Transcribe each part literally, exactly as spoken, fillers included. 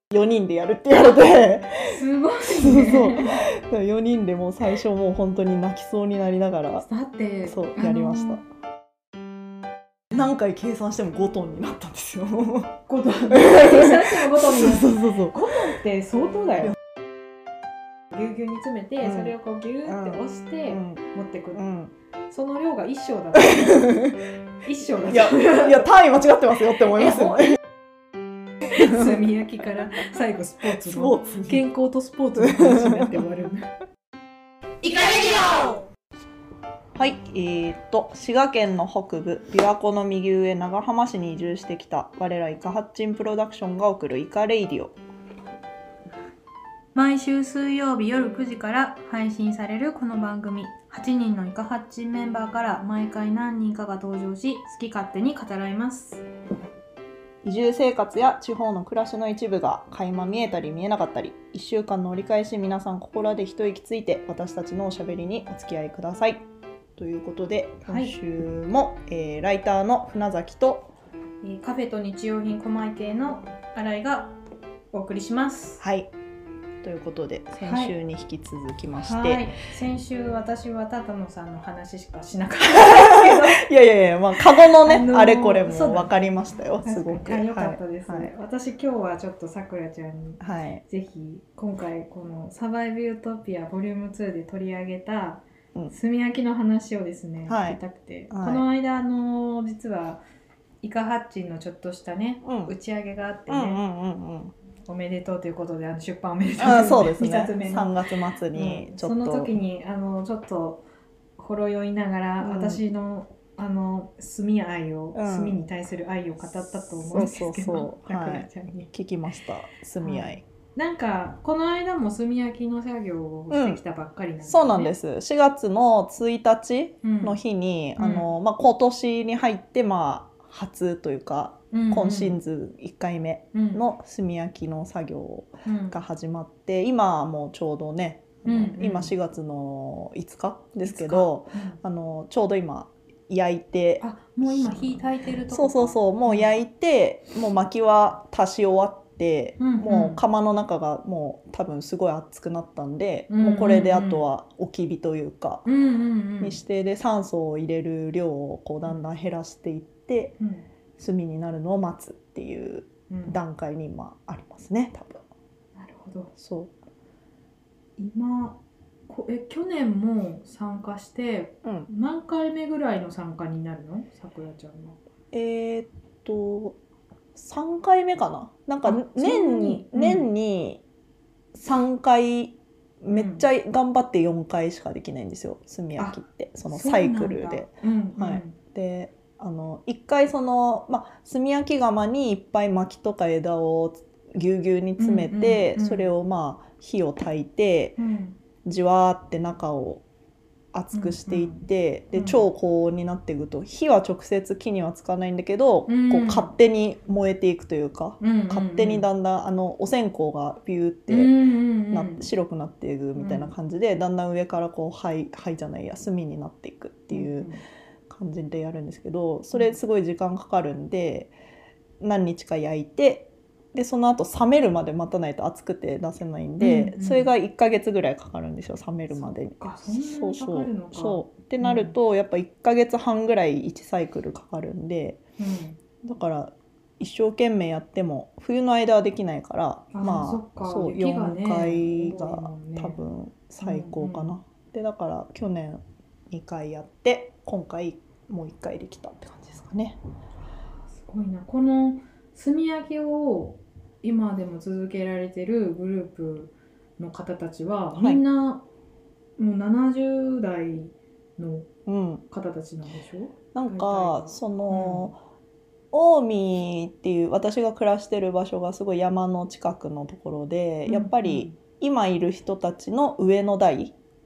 よにんでやるって言われてすごいね。 そうそうよにんでもう最初もう本当に泣きそうになりながらだってそうやりました。何回計算してもごトンになったんですよ。 ごトン計算してもごトンになった。 そうそうそうそう。 ごトンって相当だよ。ぎゅうぎゅうに詰めて、うん、それをこうギューって押して持ってくる、うん、その量が一升だった一升だった。いやいや単位間違ってますよって思いますよね。 炭焼きから最後スポーツの健康とスポーツの話になって終わるんだ。イカレディオ。 はい、えー、っと滋賀県の北部琵琶湖の右上長浜市に移住してきた我らイカハッチンプロダクションが送るイカレイディオ。 毎週水曜日夜くじから配信されるこの番組、はちにんのイカハッチンメンバーから毎回何人かが登場し、好き勝手に語らいます。 移住生活や地方の暮らしの一部が垣間見えたり見えなかったり、いっしゅうかんの折り返し皆さんここらで一息ついて私たちのおしゃべりにお付き合いくださいということで、今週も、はい、えー、ライターの船崎と、 えー、カフェと日用品小売系の新井がお送りします。 はい、ということで先週に引き続きまして、はいはい、先週私は高野さんの話しかしなかったんですけどいやいやいや、まあカゴのね あ,、のー、あれこれも分かりましたよ。すごく良かったです、はい、私今日はちょっとさくらちゃんに、 はい、 ぜひ今回このサバイブユートピアボリュームツーで取り上げた炭焼きの話をですね、はい、聞きたくて、はい、この間あの実はイカハッチンのちょっとしたね、うん、打ち上げがあってね、うんうんうんうん、おめでとうということであの出版おめでとうという、ね、 そうですね、 にさつめのさんがつ末にちょっと、うん、 その時にあのちょっとほろ酔いながら、うん、私のあの炭愛を、うん、炭に対する愛を語ったと思うんですけど、そうそうそう、はい、ちゃんに聞きました炭愛、はい、 なんかこの間も炭焼きの作業をしてきたばっかりなんですね、 うん、そうなんです。しがつのついたちの日に、うん、あのまあ、今年に入ってまあ初というか、うんうん、今シーズンいっかいめの炭焼きの作業が始まって、うん、今もうちょうどね、うんうん、今しがつのいつかですけど、うん、あのちょうど今焼いて、 あ、もう今火焚いてるとこか。 そうそうそう、もう焼いて、うん、もう薪は足し終わって、うんうん、もう窯の中がもう多分すごい熱くなったんで、うんうんうん、もうこれであとは置き火というか、うんうんうん、にしてで酸素を入れる量をこうだんだん減らしていって、うん、炭になるのを待つっていう段階に今ありますね、多分。 なるほど。 そう。 今こえ去年も参加して、うん、何回目ぐらいの参加になるの？さくらちゃんは。 えー、っとさんかいめかな。なんか年に、うん、年にさんかいめっちゃ頑張ってよんかいしかできないんですよ、炭焼きって。そのサイクルで、うんうん、はい、であのいっかいその、まあ、炭焼き窯にいっぱい薪とか枝をぎゅうぎゅうに詰めて、うんうんうん、それをまあ火を焚いて、うん、じわーって中を熱くしていって、うんうん、で超高温になっていくと火は直接木にはつかないんだけど、うん、こう勝手に燃えていくというか、うんうんうん、勝手にだんだんあのお線香がビューってなって、うんうん、白くなっていくみたいな感じで、うん、だんだん上からこう灰、灰じゃないや炭になっていくっていう感じでやるんですけど、それすごい時間かかるんで何日か焼いて、でその後冷めるまで待たないと熱くて出せないんで、うんうん、それがいっかげつぐらいかかるんですよ、冷めるまでに。 そうそうそうってなると、うん、やっぱいっかげつはんぐらいいちサイクルかかるんで、うん、だから一生懸命やっても冬の間はできないから、 あまあそうよんかいが多分最高かな、 うんうん、 でだから去年にかいやって今回もういっかいできたって感じですかね。 すごいな。この炭焼きを今でも続けられてるグループの方たちは、はい、みんなもうななじゅう代の方たちなんでしょ、うん、 なんかその、うん、近江っていう私が暮らしてる場所がすごい山の近くのところで、うん、やっぱり今いる人たちの上の代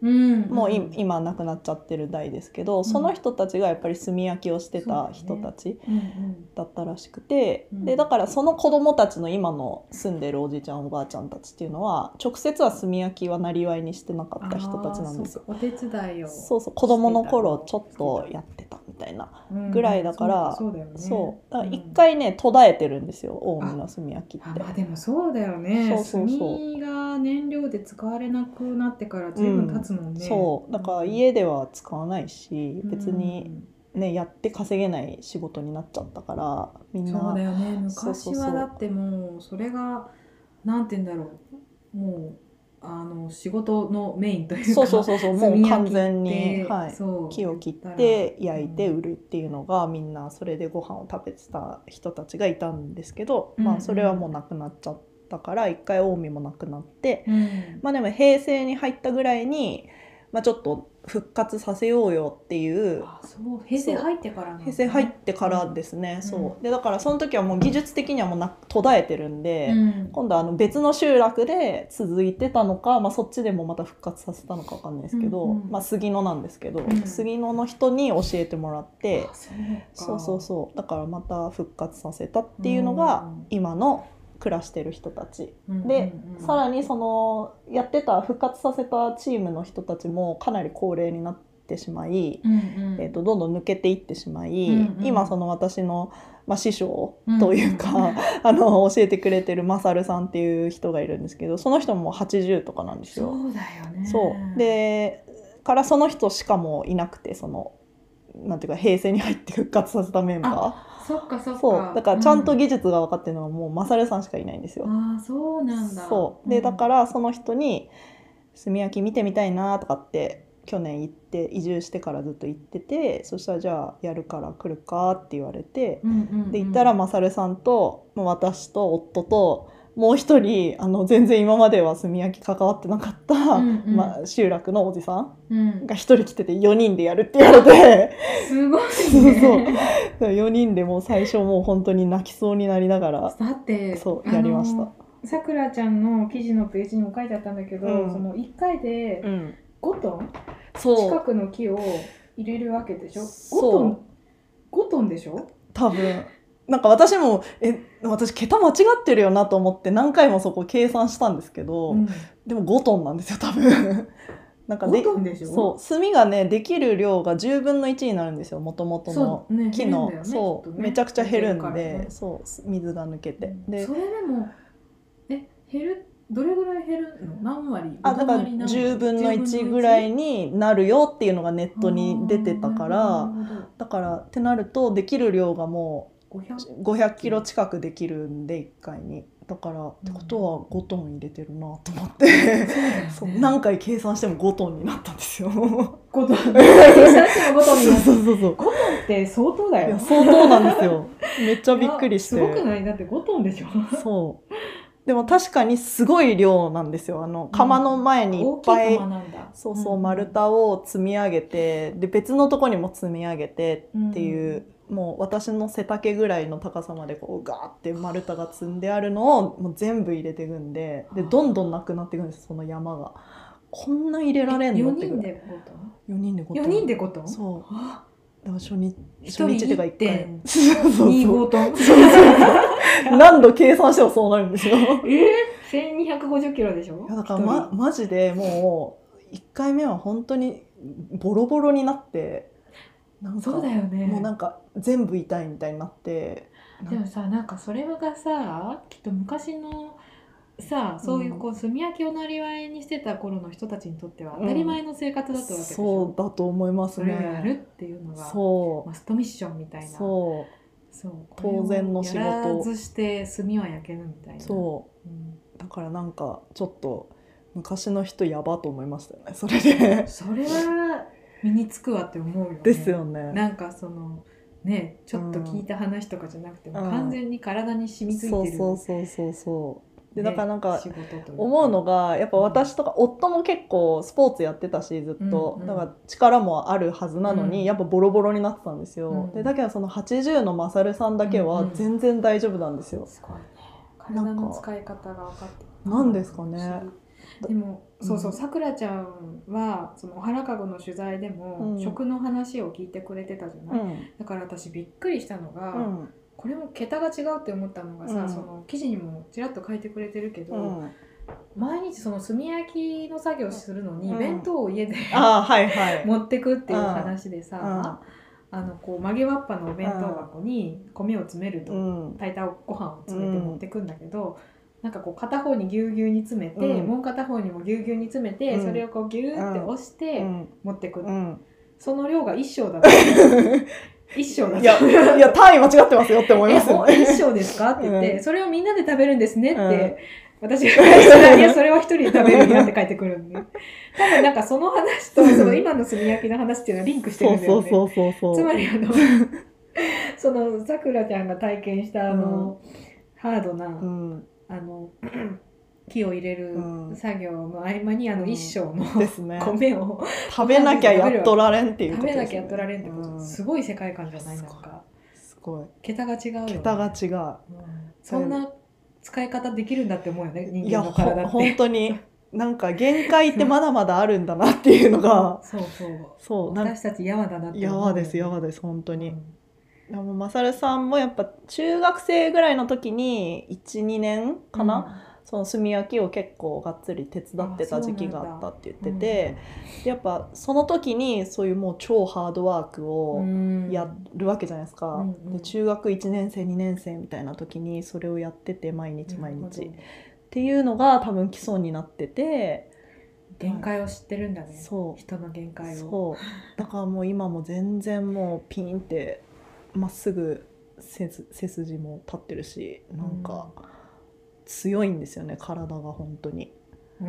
うん、 もう今亡くなっちゃってる代ですけど、うん、その人たちがやっぱり炭焼きをしてた人たちだったらしくて、うんうん、でだからその子供たちの今の住んでるおじいちゃんおばあちゃんたちっていうのは直接は炭焼きはなりわいにしてなかった人たちなんですよ。 お手伝いをそうそう、子供の頃ちょっとやってたみたいなぐらいだから、 うんうん、そうだよね、 そうだから一回ね途絶えてるんですよ、近江の炭焼きって。 あ、まあ、でもそうだよね。そうそうそう、炭が燃料で使われなくなってから随分経つもんね、 うん、そうだから家では使わないし、うん、別にねやって稼げない仕事になっちゃったからみんな。 そうだよね、昔はだってもうそれがなんて言うんだろう、もうあの仕事のメインというか、 そうそうそうそう、もう完全に、はい、木を切って焼いて売るっていうのが、うん、みんなそれでご飯を食べてた人たちがいたんですけど、うんうん、まあそれはもうなくなっちゃったから一回近江もなくなって、うん、まあでも平成に入ったぐらいに、まあ、ちょっと復活させようよっていう。 あ、そう、平成入ってからなんだね。 平成入ってからですね、うん、そうでだからその時はもう技術的にはもうな途絶えてるんで、うん、今度はあの別の集落で続いてたのか、まあ、そっちでもまた復活させたのか分かんないですけど、うんうん、まあ、杉野なんですけど、うん、杉野の人に教えてもらって、そうそうそうだからまた復活させたっていうのが今の暮らしてる人たち、うんうんうん、でさらにそのやってた復活させたチームの人たちもかなり高齢になってしまい、うんうん、えーと、どんどん抜けていってしまい、うんうん、今その私の、まあ、師匠というか、うんうん、あの教えてくれてるマサルさんっていう人がいるんですけど、その人もはちじゅうとかなんですよ。 そうだよね。 そうでからその人しかもいなくて、そのなんていうか平成に入って復活させたメンバー。 そっかそっか。 そうだからちゃんと技術が分かってるのはもうマサルさんしかいないんですよ。 ああ、そうなんだ。 そうで、だからその人に炭焼き見てみたいなとかって去年行って移住してからずっと行ってて、そしたらじゃあやるから来るかって言われて、うんうんうん、で行ったらマサルさんと私と夫ともう一人あの全然今までは炭焼き関わってなかった、うんうん、まあ、集落のおじさんが一人来ててよにんでやるって言われて、 うん、すごいね。 そうそうよにんでもう最初もう本当に泣きそうになりながらだってそうやりました。 さくらちゃんの記事のページにも書いてあったんだけど、うん、そのいっかいでごトン、うん、近くの木を入れるわけでしょ。ごトン、ごトンでしょ多分。なんか私もえ私桁間違ってるよなと思って何回もそこ計算したんですけど、うん、でもごトンなんですよ多分。なんかでごトンでしょ。 そう炭がねできる量がじゅうぶんのいちになるんですよ、もともとの木の。そう、ね、そう、ね、めちゃくちゃ減るんで、ね、そう水が抜けて、うん、 でそれでもえ減るどれぐらい減るの？何割？ あ、だからじゅうぶんのいちぐらいになるよっていうのがネットに出てたから、だからってなるとできる量がもうごひゃくキロ近くできるんでいっかいに。だから、うん、ってことはごトン入れてるなと思ってそう、ね、何回計算してもごトンになったんですよ。 ごトン計算してもごトンになった。 そうそうそう。 ごトンって相当だよ。いや相当なんですよ。めっちゃびっくりして。 すごくない？だってごトンでしょ。 そう。でも確かにすごい量なんですよ。あの窯の前にいっぱい、うん、そうそう、丸太を積み上げて、で別のとこにも積み上げてっていう、うん、もう私の背丈ぐらいの高さまでこうガーって丸太が積んであるのをもう全部入れていくんで、でどんどんなくなっていくんです、その山が。こんな入れられんのってぐらい。よにんでごトン。 よにんでごトン。 そう。だから初日初日とかいっかいにごトン。 何度計算してもそうなるんですよ。 えー、せんにひゃくごじゅっキロでしょ。 いやだから、ま、マジでもういっかいめは本当にボロボロになって、 なんかそうだよね。 もうなんか全部痛いみたいになって。 でもさ、なんかそれがさ、きっと昔のさ、そういうこう炭焼きをなりわいにしてた頃の人たちにとっては当たり前の生活だったわけでしょ、 うん、そうだと思いますね。 それをやるっていうのがそうマストミッションみたいな。 そうそう、当然の仕事。 やらずして炭は焼けるみたいな。 そう、うん、だからなんかちょっと昔の人やばと思いましたよね、それで。 それは身につくわって思うよね。 ですよね。 なんかそのね、ちょっと聞いた話とかじゃなくても、うん、完全に体に染みついてる。 そうそうそうそうそうで、だからなんか思うのがやっぱ私とか夫も結構スポーツやってたしずっと、うんうん、だから力もあるはずなのに、うん、やっぱボロボロになってたんですよ、うん、でだけどそのはちじゅうのマサルさんだけは全然大丈夫なんですよ、うんうん、 すごいね。体の使い方が分かってる。 なんですかね。 でもそうそう、さくらちゃんはそのお花かごの取材でも、うん、食の話を聞いてくれてたじゃない、うん、だから私びっくりしたのが、うん、これも桁が違うって思ったのがさ、うん、その記事にもちらっと書いてくれてるけど、うん、毎日その炭焼きの作業するのに、うん、弁当を家で、あ、はいはい、持ってくっていう話でさ、うん、あのこう曲げわっぱのお弁当箱に米を詰めると、うん、炊いたご飯を詰めて持ってくんだけど、なんかこう片方にぎゅうぎゅうに詰めて、うん、もう片方にもぎゅうぎゅうに詰めて、うん、それをこうギューって押して持ってくる、うん、その量が一升だった一升だったいや、いや単位間違ってますよって思いますよね。一升ですかって言って、うん、それをみんなで食べるんですねって、うん、私が返したら、いやそれは一人で食べるんやって書いてくるんで、多分なんかその話とその今の炭焼きの話っていうのはリンクしてるんだよね。そうそうそうそう、つまりあのそのさくらちゃんが体験したあの、うん、ハードな、うん、あの木を入れる作業の合間に、うん、あの一升の、ね、米を食べなきゃやっとられんっていうことですね。食べなきゃやっとられんってこと、うん、すごい世界観じゃない、なんかすごい桁が違うよね。 桁が違う、うん、 そんな使い方できるんだって思うよね、人間の体って。いや本当になんか限界ってまだまだあるんだなっていうのがそうそうそう、私たちやわだなって思う、ね、 やわですやわです本当に、うん、でもまさるさんもやっぱ中学生ぐらいの時に いちにねんかな、うん、その炭焼きを結構がっつり手伝ってた時期があったって言ってて、うん、やっぱその時にそういうもう超ハードワークをやるわけじゃないですか、うん、で中学いちねん生にねん生みたいな時にそれをやってて毎日毎日っていうのが多分基礎になってて、 限界を知ってるんだね、そう人の限界を。 そうだからもう今も全然もうピンってまっすぐ背筋も立ってるし、なんか強いんですよね、体が本当に。うん、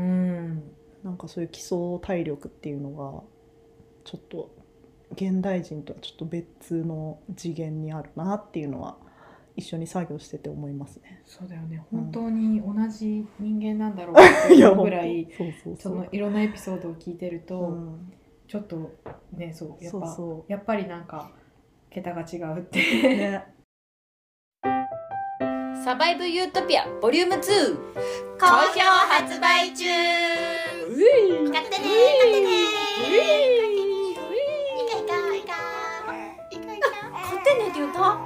なんかそういう基礎体力っていうのがちょっと現代人とはちょっと別の次元にあるなっていうのは一緒に作業してて思いますね。 そうだよね、本当に同じ人間なんだろうっていうぐらいそのいろんなエピソードを聞いてると、うん、ちょっとね、そうやっぱそうそうやっぱりなんか桁が違うってね。 サバイブユートピアボリュームツー好評発売中。買ってね買ってねいかいかいかいかいか買ってねって言った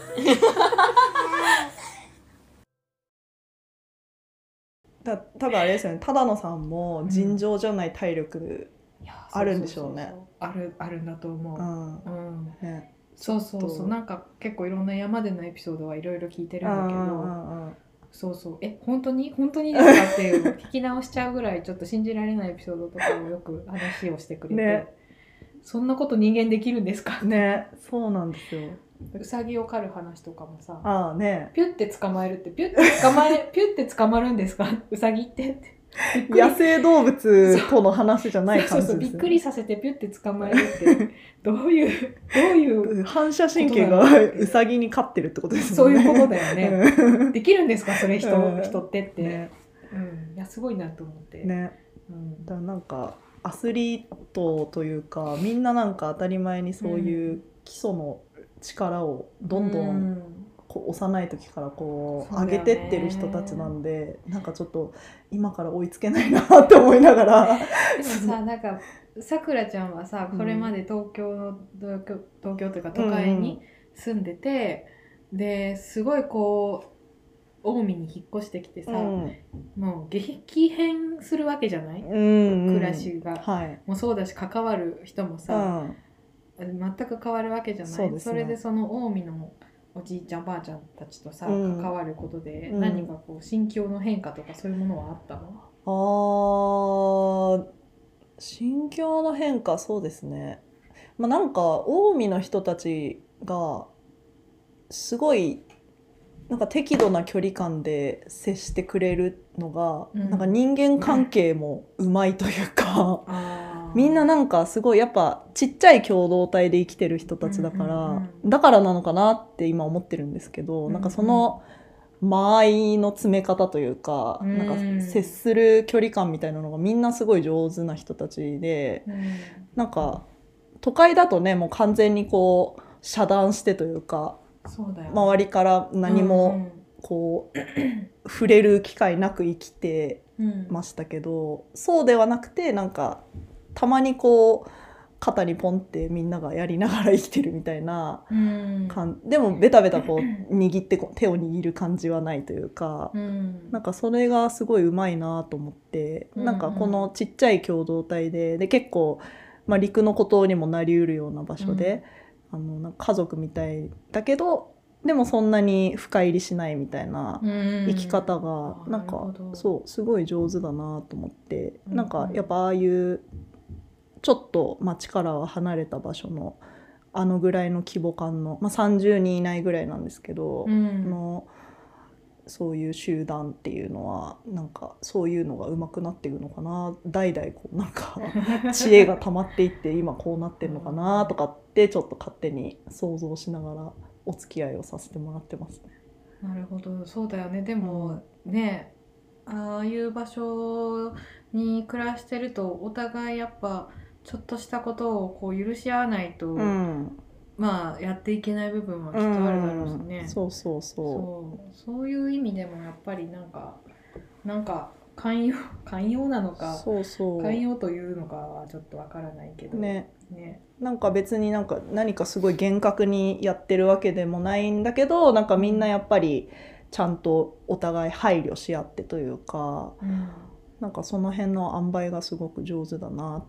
だ多分あれですよね、只野さんも尋常じゃない体力あるんでしょうね。 あるあるんだと思う、うんうんね、そうそうそう、なんか結構いろんな山でのエピソードはいろいろ聞いてるんだけど、そうそうえ本当に本当にですかっていう聞き直しちゃうぐらいちょっと信じられないエピソードとかをよく話をしてくれて、ね、そんなこと人間できるんですかね。そうなんですよ。 うさぎを狩る話とかもさ、 ああ、ね、 ピュッて捕まえるってピュッて捕まえピュッて捕まるんですかうさぎってって野生動物との話じゃない感じですよね。そうそうそう、 びっくりさせてピュッて捕まえるってどういうどういう反射神経がうさぎに勝ってるってことですもんね。そういうことだよねできるんですかそれ 人,、うん、人ってって、ね、うん、いやすごいなと思ってね、うん、 だからなんかアスリートというかみんななんか当たり前にそういう基礎の力をどんどんこう幼い時からこう上げてってる人たちなんで、なんかちょっと今から追いつけないなって思いながらでもさ、なんかさくらちゃんはさこれまで東京の東京、東京というか都会に住んでて、うん、ですごいこう近江に引っ越してきてさ、うん、もう激変するわけじゃない、うんうん、暮らしが、はい、もうそうだし関わる人もさ、うん、全く変わるわけじゃない。 そ,、ね、それでその近江のおじいちゃんおばあちゃんたちとさ、うん、関わることで何かこう心境の変化とかそういうものはあったの？ あー、心境の変化、そうですね、まあ、なんか近江の人たちがすごいなんか適度な距離感で接してくれるのが、うん、なんか人間関係もうまいというか、うん、みんななんかすごいやっぱちっちゃい共同体で生きてる人たちだから、うんうんうん、だからなのかなって今思ってるんですけど、うんうん、なんかその間合いの詰め方というか、うん、なんか接する距離感みたいなのがみんなすごい上手な人たちで、うん、なんか都会だとねもう完全にこう遮断してというか、そうだよね、周りから何もこう、うんうん、触れる機会なく生きてましたけど、うん、そうではなくてなんかたまにこう肩にポンってみんながやりながら生きてるみたいな感じ、うん、でもベタベタこう握ってこう手を握る感じはないというか、うん、なんかそれがすごいうまいなと思って、うん、なんかこのちっちゃい共同体で、で結構、まあ、陸の孤島にもなりうるような場所で、うん、あのなんか家族みたいだけどでもそんなに深入りしないみたいな生き方がなんかそうすごい上手だなと思って、うん、なんかやっぱああいうちょっと町からは離れた場所のあのぐらいの規模感の、まあ、さんじゅうにん以内ぐらいなんですけど、うん、のそういう集団っていうのはなんかそういうのが上手くなっていくのかな、代々こうなんか知恵が溜まっていって今こうなってるのかなとかってちょっと勝手に想像しながらお付き合いをさせてもらってますね。 なるほど、そうだよね。でもね、ああいう場所に暮らしてるとお互いやっぱちょっとしたことをこう許し合わないと、うん、まあやっていけない部分はきっとあるだろうしね、うん、 そうそうそうそうそういう意味でもやっぱりなんかなんか寛容寛容なのか、そうそう寛容というのかはちょっとわからないけどね、ね、なんか別になんか何かすごい厳格にやってるわけでもないんだけど、なんかみんなやっぱりちゃんとお互い配慮し合ってというか、うん、なんかその辺の塩梅がすごく上手だなって。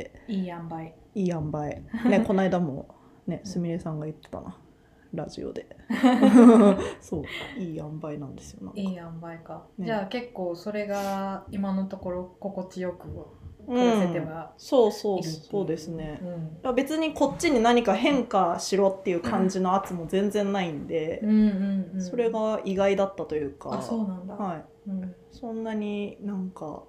いい塩梅いい塩梅ね、この間もねすみれさんが言ってたなラジオでそういい塩梅なんですよ。なんかいい塩梅か、ね、じゃあ結構それが今のところ心地よく暮らせては、 うん、そうそうそうですね、うん、別にこっちに何か変化しろっていう感じの圧も全然ないんで、うんうんうん、それが意外だったというか、 あ、そうなんだ、 はい、うん、そんなになんか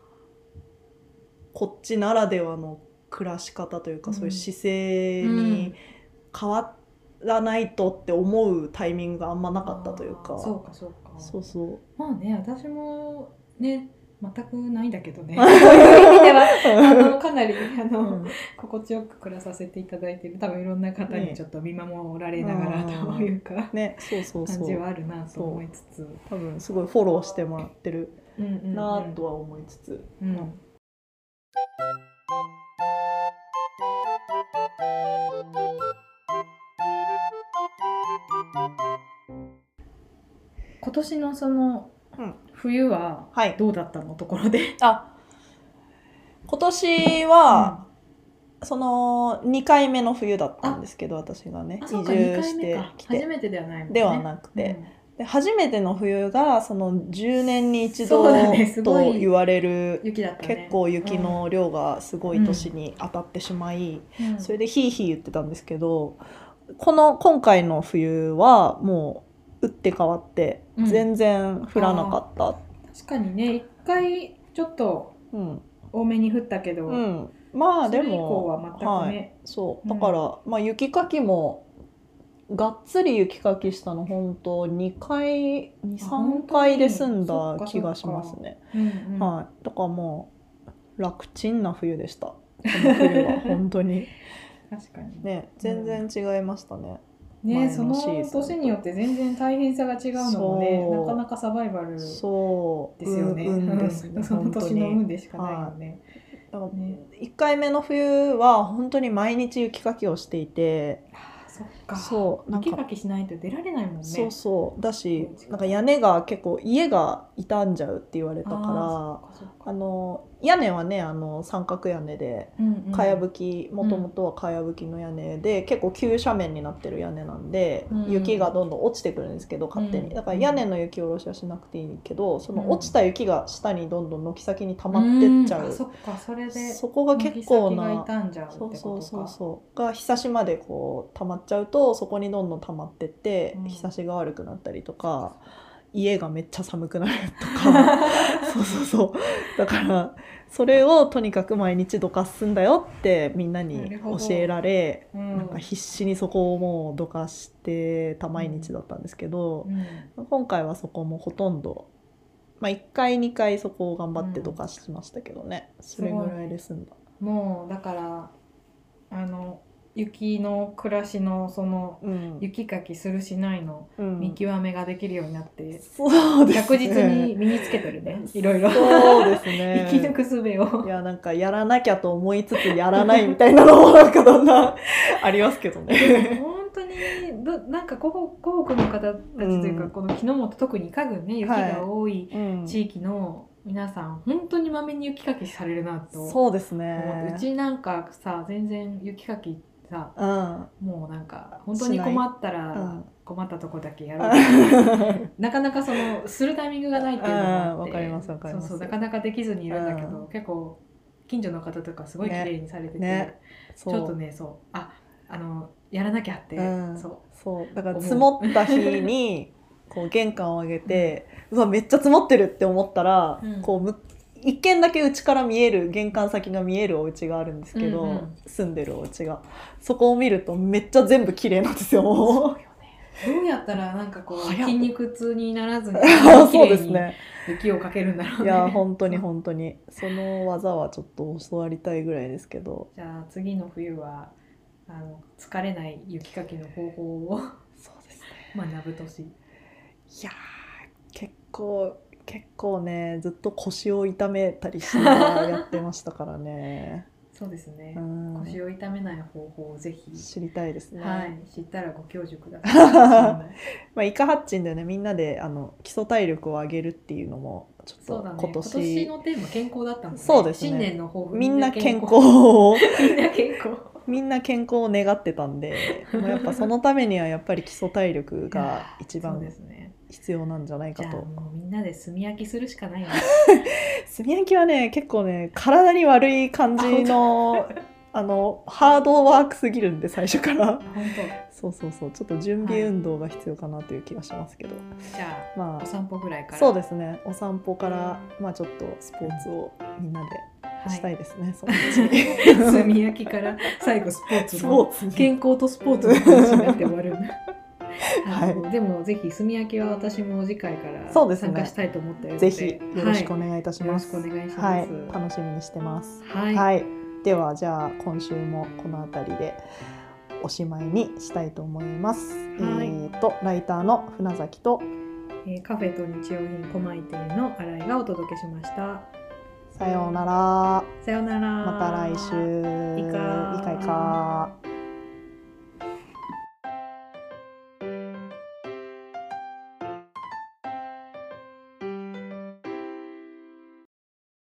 こっちならではの暮らし方というか、うん、そういう姿勢に変わらないとって思うタイミングがあんまなかったというか、 そうかそうか、 そうそう、 まあね、私もね全くないんだけどねそういう意味ではあのかなりあの、うん、心地よく暮らさせていただいている、多分いろんな方にちょっと見守られながらというか、ねね、そうそうそう感じはあるなと思いつつ、 多分すごいフォローしてもらってるなとは思いつつ、うんうんうんうん、 今年のその、うん、冬はどうだったの、はい、ところで。 あ、今年は、うん、そのにかいめの冬だったんですけど、私がね移住してきて、 初めてではないもんね。 ではなくて、うん、で初めての冬がそのじゅうねんに一度と言われる、 雪だったね、 結構雪の量がすごい年に当たってしまい、うん、それでヒーヒー言ってたんですけど、この今回の冬はもう打って変わって全然降らなかった、うん、 確かにね、一回ちょっと多めに降ったけど、うん、 まあでもそれ以降は全くね、はい、 そうだから、うん、まあ雪かきもがっつり雪かきしたの本当にかいにさんかいで済んだ気がしますね、うんうん、はい、だからもう楽ちんな冬でした、この冬は本当に確かにね、全然違いましたね、 うん、ね、その年によって全然大変さが違うのもね、なかなかサバイバルですよね。 運ですねその年の運でしかないよね。 だからね、いっかいめの冬は本当に毎日雪かきをしていて、 そっか、 そうなんか雪かきしないと出られないもんね。 そうそうだし、なんか屋根が結構家が傷んじゃうって言われたから、あ, あの屋根はねあの三角屋根で、うんうん、かやぶきもともとはかやぶきの屋根で、うん、結構急斜面になってる屋根なんで、うん、雪がどんどん落ちてくるんですけど勝手に、だから屋根の雪下ろしはしなくていいけど、その落ちた雪が下にどんどん軒先に溜まってっちゃう、うん、 そっか、それでそこが結構なそうそうそうそうがひさしまでこう溜まっちゃうとそこにどんどん溜まってって、うん、ひさしが悪くなったりとか、家がめっちゃ寒くなるとかそうそうそうだからそれをとにかく毎日どかすんだよってみんなに教えられ、うん、なんか必死にそこをもうどかしてた毎日だったんですけど、うんうん、今回はそこもほとんど、まあ、いっかいにかいそこを頑張ってどかしましたけどね、うん、それぐらいで済んだ。 もうだからあの雪の暮らしのその雪かきするしないの見極めができるようになって、 そうですね、 確実に身につけてるね、いろいろ。 そうですね。 生き抜く術を。 いやなんかやらなきゃと思いつつやらないみたいなのもなんかだんだんありますけどね。 本当にどなんか湖北の方たちというか、うん、この木之本特に家具ね雪が多い地域の皆さん、はい、本当にまめに雪かきされるなと。 そうですね。 うちなんかさ全然雪かきさ、うん、もうなんか本当に困ったら困ったとこだけやろう、うん、なかなかそのするタイミングがないっていうのがあって、わかりますわかります。そうそう、なかなかできずにいるんだけど、うん、結構近所の方とかすごい綺麗にされてて、ねね、ちょっとねそうああのやらなきゃって、うん、そうそうだから積もった日にこう玄関を上げて、うん、うわめっちゃ積もってるって思ったら、うん、こうむ一軒だけうちから見える玄関先が見えるお家があるんですけど、うんうん、住んでるお家がそこを見るとめっちゃ全部綺麗なんですよ。 そうよね、どうやったらなんかこう筋肉痛にならずにそうですね、 雪をかけるんだろうね。 いや本当に本当にその技はちょっと教わりたいぐらいですけど、 じゃあ次の冬はあの疲れない雪かきの方法をそうですね、学ぶ年。いや結構結構ねずっと腰を痛めたりしながらやってましたからね。 そうですね、うん、腰を痛めない方法をぜひ知りたいですね。 はい、知ったらご教授ください。まあイカハッチンでねみんなであの基礎体力を上げるっていうのもちょっと今年、 ね、今年のテーマ健康だったもんね。 そうですね、 新年の抱負みんな健康をみんな健康みんな健康を願ってたんで、まあ、やっぱそのためにはやっぱり基礎体力が一番必要なんじゃないかと。 じゃあもうみんなで炭焼きするしかないな。 炭焼きはね結構ね体に悪い感じのあのハードワークすぎるんで最初から。 本当。 そうそうそう、ちょっと準備運動が必要かなという気がしますけど、はい、 じゃあ、まあ、お散歩ぐらいから。 そうですね、お散歩からまあちょっとスポーツをみんなでしたいですね、はい、そのうちに。 炭焼きから最後スポーツの健康とスポーツの話になって終わる。はい、でもぜひ炭焼きは私も次回から参加したいと思っているので、 ぜひよろしくお願いいたします。 はい、よろしくお願いします。 はい、楽しみにしてます。 はい、 はい、ではじゃあ今週もこの辺りでおしまいにしたいと思います。はい、えーとライターの船崎と、 えー、カフェと日用品狛江店の新井がお届けしました。 さようなら。 さようなら。 また来週。 いかいかいか。